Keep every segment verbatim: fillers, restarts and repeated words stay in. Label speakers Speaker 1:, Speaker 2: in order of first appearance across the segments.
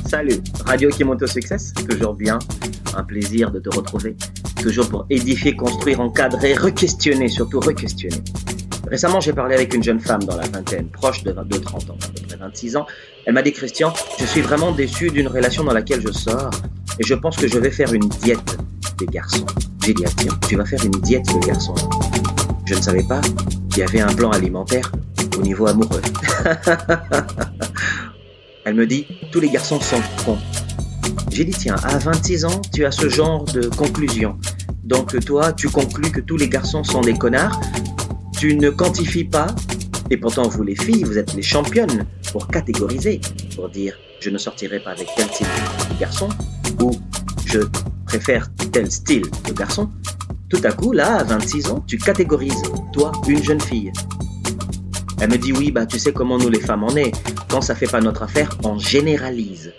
Speaker 1: Salut, Radio Kimoto Success, toujours bien, un plaisir de te retrouver, toujours pour édifier, construire, encadrer, re-questionner, surtout re-questionner. Récemment, j'ai parlé avec une jeune femme dans la vingtaine, proche de vingt-deux trente ans, à peu près vingt-six ans. Elle m'a dit, Christian, je suis vraiment déçu d'une relation dans laquelle je sors et je pense que je vais faire une diète des garçons. J'ai dit, ah tiens, tu vas faire une diète des garçons. Je ne savais pas qu'il y avait un plan alimentaire au niveau amoureux. Elle me dit, tous les garçons sont cons. J'ai dit, tiens, à vingt-six ans, tu as ce genre de conclusion. Donc toi, tu conclus que tous les garçons sont des connards. Tu ne quantifies pas. Et pourtant, vous les filles, vous êtes les championnes pour catégoriser. Pour dire, je ne sortirai pas avec tel type de garçon. Ou je préfère tel style de garçon. Tout à coup, là, à vingt-six ans, tu catégorises, toi, une jeune fille. Elle me dit, oui, bah, tu sais comment nous les femmes on est. Quand ça fait pas notre affaire, on généralise.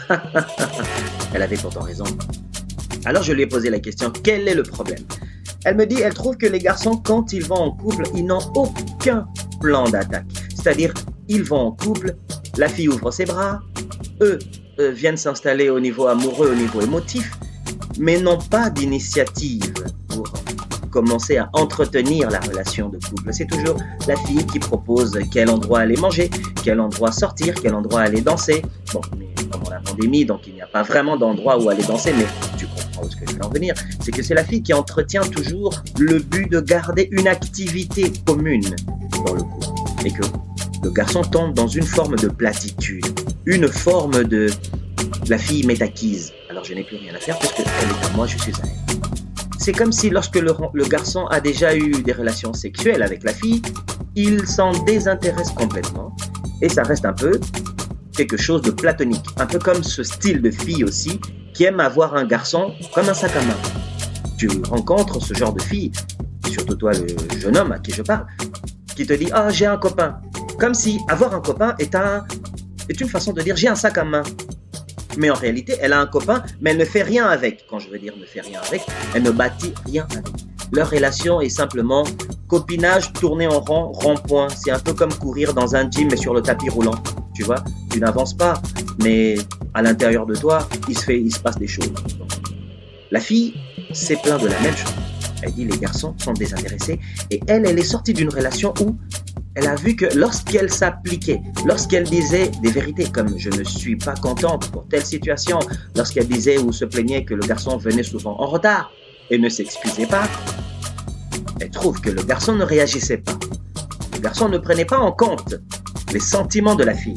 Speaker 1: Elle avait pourtant raison. Alors je lui ai posé la question, quel est le problème? Elle me dit, elle trouve que les garçons, quand ils vont en couple, ils n'ont aucun plan d'attaque. C'est-à-dire, ils vont en couple, la fille ouvre ses bras, eux euh, viennent s'installer au niveau amoureux, au niveau émotif, mais n'ont pas d'initiative pour commencer à entretenir la relation de couple. C'est toujours la fille qui propose quel endroit aller manger, quel endroit sortir, quel endroit aller danser. Bon, mais pendant la pandémie, donc il n'y a pas vraiment d'endroit où aller danser, mais tu comprends où ce que je veux en venir. C'est que c'est la fille qui entretient toujours le but de garder une activité commune dans le couple. Et que le garçon tombe dans une forme de platitude, une forme de la fille m'est acquise. Alors je n'ai plus rien à faire puisque elle est à moi, je suis à elle. C'est comme si lorsque le, le garçon a déjà eu des relations sexuelles avec la fille, il s'en désintéresse complètement et ça reste un peu quelque chose de platonique. Un peu comme ce style de fille aussi qui aime avoir un garçon comme un sac à main. Tu rencontres ce genre de fille, surtout toi le jeune homme à qui je parle, qui te dit « Ah, j'ai un copain ». Comme si avoir un copain est, un, est une façon de dire « J'ai un sac à main ». Mais en réalité, elle a un copain, mais elle ne fait rien avec. Quand je veux dire ne fait rien avec, elle ne bâtit rien avec. Leur relation est simplement copinage tourné en rond, rond-point. C'est un peu comme courir dans un gym, mais sur le tapis roulant. Tu vois, tu n'avances pas, mais à l'intérieur de toi, il se, fait, il se passe des choses. Donc, la fille s'est plainte de la même chose. Elle dit les garçons sont désintéressés. Et elle, elle est sortie d'une relation où elle a vu que lorsqu'elle s'appliquait, lorsqu'elle disait des vérités comme « je ne suis pas contente pour telle situation », lorsqu'elle disait ou se plaignait que le garçon venait souvent en retard et ne s'excusait pas, elle trouve que le garçon ne réagissait pas. Le garçon ne prenait pas en compte les sentiments de la fille.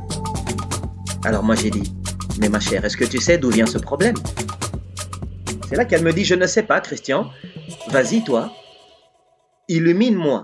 Speaker 1: Alors moi j'ai dit « mais ma chère, est-ce que tu sais d'où vient ce problème ?» C'est là qu'elle me dit « je ne sais pas, Christian, vas-y toi, illumine-moi ».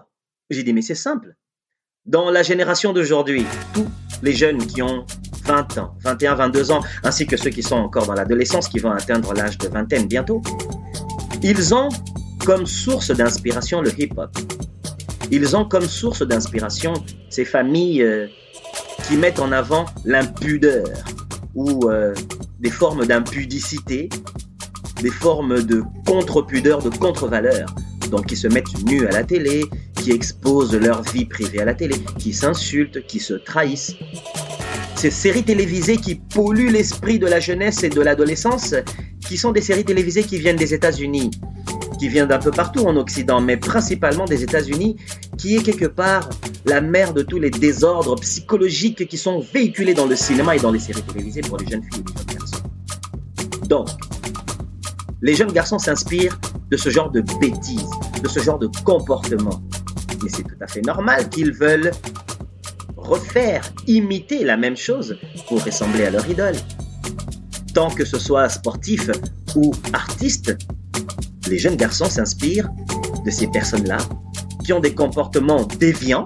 Speaker 1: J'ai dit, mais c'est simple. Dans la génération d'aujourd'hui, tous les jeunes qui ont vingt ans, vingt et un, vingt-deux ans, ainsi que ceux qui sont encore dans l'adolescence, qui vont atteindre l'âge de vingtaine bientôt, ils ont comme source d'inspiration le hip-hop. Ils ont comme source d'inspiration ces familles euh, qui mettent en avant l'impudeur ou euh, des formes d'impudicité, des formes de contre-pudeur, de contre-valeur. Donc qui se mettent nus à la télé, qui exposent leur vie privée à la télé, qui s'insultent, qui se trahissent. Ces séries télévisées qui polluent l'esprit de la jeunesse et de l'adolescence, qui sont des séries télévisées qui viennent des États-Unis, qui viennent d'un peu partout en Occident, mais principalement des États-Unis, qui est quelque part la mère de tous les désordres psychologiques qui sont véhiculés dans le cinéma et dans les séries télévisées pour les jeunes filles et les jeunes garçons. Donc, les jeunes garçons s'inspirent de ce genre de bêtises, de ce genre de comportement. Mais c'est tout à fait normal qu'ils veulent refaire, imiter la même chose pour ressembler à leur idole. Tant que ce soit sportif ou artiste, les jeunes garçons s'inspirent de ces personnes-là qui ont des comportements déviants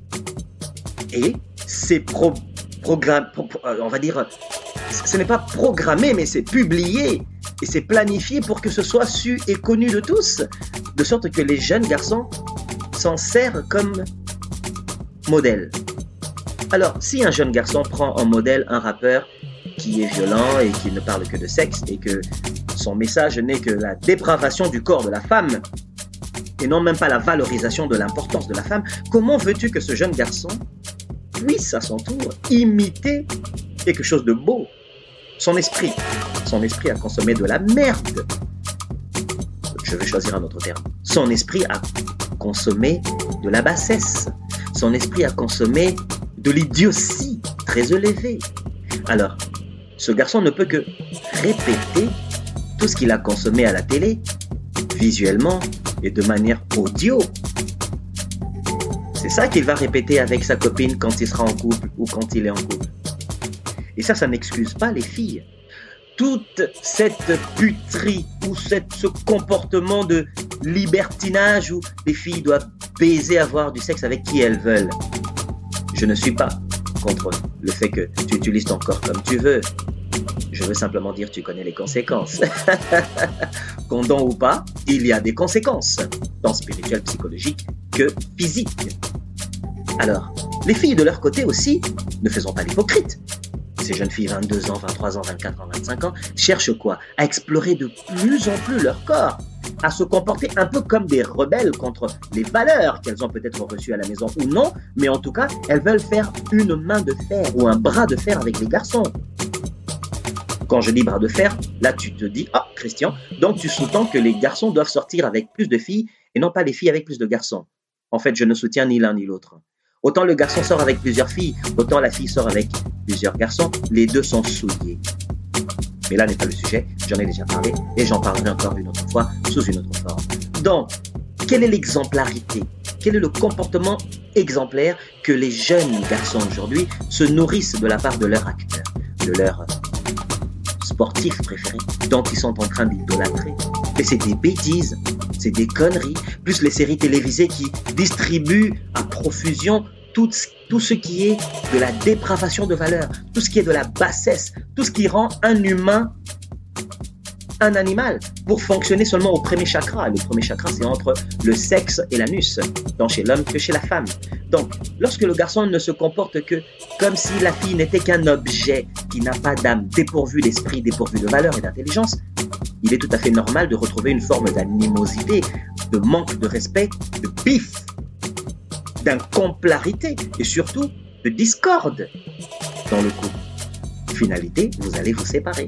Speaker 1: et c'est pro, programme, pro, on va dire, ce n'est pas programmé, mais c'est publié et c'est planifié pour que ce soit su et connu de tous, de sorte que les jeunes garçons s'en servent comme modèle. Alors, si un jeune garçon prend en modèle un rappeur qui est violent et qui ne parle que de sexe et que son message n'est que la dépravation du corps de la femme et non même pas la valorisation de l'importance de la femme, comment veux-tu que ce jeune garçon puisse à son tour imiter quelque chose de beau, Son esprit. Son esprit a consommé de la merde. Je vais choisir un autre terme. Son esprit a consommé de la bassesse. Son esprit a consommé de l'idiotie très élevée. Alors, ce garçon ne peut que répéter tout ce qu'il a consommé à la télé, visuellement et de manière audio. C'est ça qu'il va répéter avec sa copine quand il sera en couple ou quand il est en couple. Et ça, ça n'excuse pas les filles. Toute cette puterie ou cette, ce comportement de libertinage où les filles doivent baiser, avoir du sexe avec qui elles veulent. Je ne suis pas contre le fait que tu utilises ton corps comme tu veux. Je veux simplement dire, tu connais les conséquences. Condom ou pas, il y a des conséquences, tant spirituelles, psychologiques que physiques. Alors, les filles de leur côté aussi, ne faisons pas l'hypocrite. Ces jeunes filles, vingt-deux ans, vingt-trois ans, vingt-quatre ans, vingt-cinq ans, cherchent quoi? À explorer de plus en plus leur corps, à se comporter un peu comme des rebelles contre les valeurs qu'elles ont peut-être reçues à la maison ou non, mais en tout cas, elles veulent faire une main de fer ou un bras de fer avec les garçons. Quand je dis bras de fer, là tu te dis, ah Christian, donc tu sous-tends que les garçons doivent sortir avec plus de filles et non pas les filles avec plus de garçons. En fait, je ne soutiens ni l'un ni l'autre. Autant le garçon sort avec plusieurs filles, autant la fille sort avec plusieurs garçons, les deux sont souillés. Mais là n'est pas le sujet, j'en ai déjà parlé et j'en parlerai encore une autre fois sous une autre forme. Donc, quelle est l'exemplarité? Quel est le comportement exemplaire que les jeunes garçons aujourd'hui se nourrissent de la part de leur acteur, de leur sportif préféré, dont ils sont en train d'idolâtrer? Et c'est des bêtises, c'est des conneries, plus les séries télévisées qui distribuent à profusion tout, tout ce qui est de la dépravation de valeur, tout ce qui est de la bassesse, tout ce qui rend un humain un animal pour fonctionner seulement au premier chakra. Le premier chakra, c'est entre le sexe et l'anus, tant chez l'homme que chez la femme. Donc, lorsque le garçon ne se comporte que comme si la fille n'était qu'un objet qui n'a pas d'âme, dépourvu d'esprit, dépourvu de valeur et d'intelligence, il est tout à fait normal de retrouver une forme d'animosité, de manque de respect, de bif, d'incomplarité et surtout de discorde dans le couple. Finalité, vous allez vous séparer.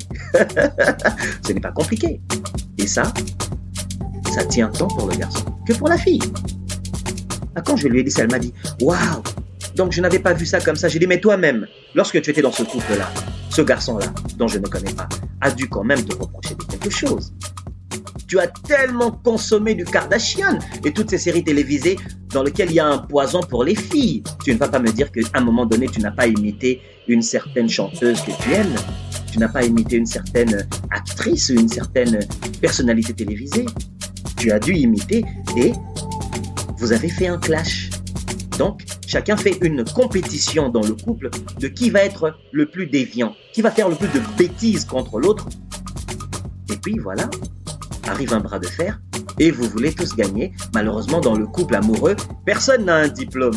Speaker 1: Ce n'est pas compliqué. Et ça, ça tient tant pour le garçon que pour la fille. Ah, quand je lui ai dit ça, elle m'a dit « Waouh !» Donc je n'avais pas vu ça comme ça. J'ai dit « Mais toi-même, lorsque tu étais dans ce couple-là, ce garçon-là, dont je ne connais pas, a dû quand même te reprocher de quelque chose. Tu as tellement consommé du Kardashian et toutes ces séries télévisées dans lesquelles il y a un poison pour les filles. Tu ne vas pas me dire qu'à un moment donné, tu n'as pas imité une certaine chanteuse que tu aimes. Tu n'as pas imité une certaine actrice ou une certaine personnalité télévisée. Tu as dû imiter et vous avez fait un clash. Donc, chacun fait une compétition dans le couple de qui va être le plus déviant, qui va faire le plus de bêtises contre l'autre. Et puis voilà, arrive un bras de fer et vous voulez tous gagner. Malheureusement, dans le couple amoureux, personne n'a un diplôme.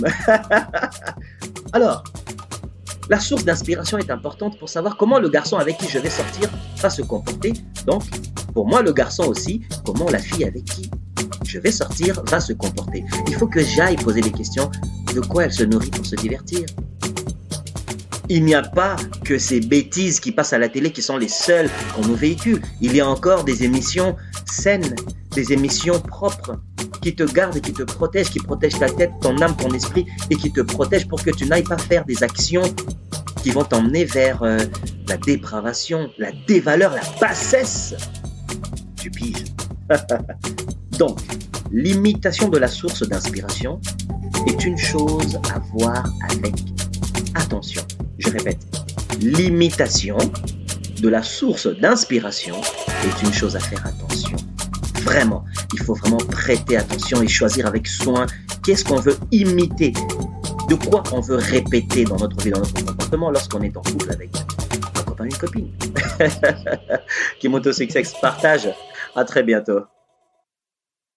Speaker 1: Alors, la source d'inspiration est importante pour savoir comment le garçon avec qui je vais sortir va se comporter. Donc, pour moi, le garçon aussi, comment la fille avec qui je vais sortir va se comporter. Il faut que j'aille poser des questions de quoi elle se nourrit pour se divertir. Il n'y a pas que ces bêtises qui passent à la télé qui sont les seules qu'on nous véhicule. Il y a encore des émissions saines, des émissions propres qui te gardent et qui te protègent, qui protègent ta tête, ton âme, ton esprit et qui te protègent pour que tu n'ailles pas faire des actions qui vont t'emmener vers euh, la dépravation, la dévaleur, la bassesse. Tu piges. Donc, l'imitation de la source d'inspiration est une chose à voir avec attention. Je répète, l'imitation de la source d'inspiration est une chose à faire attention. Vraiment, il faut vraiment prêter attention et choisir avec soin qu'est-ce qu'on veut imiter, de quoi on veut répéter dans notre vie, dans notre comportement lorsqu'on est en couple avec un copain ou une copine. Kimoto Success partage. À très bientôt.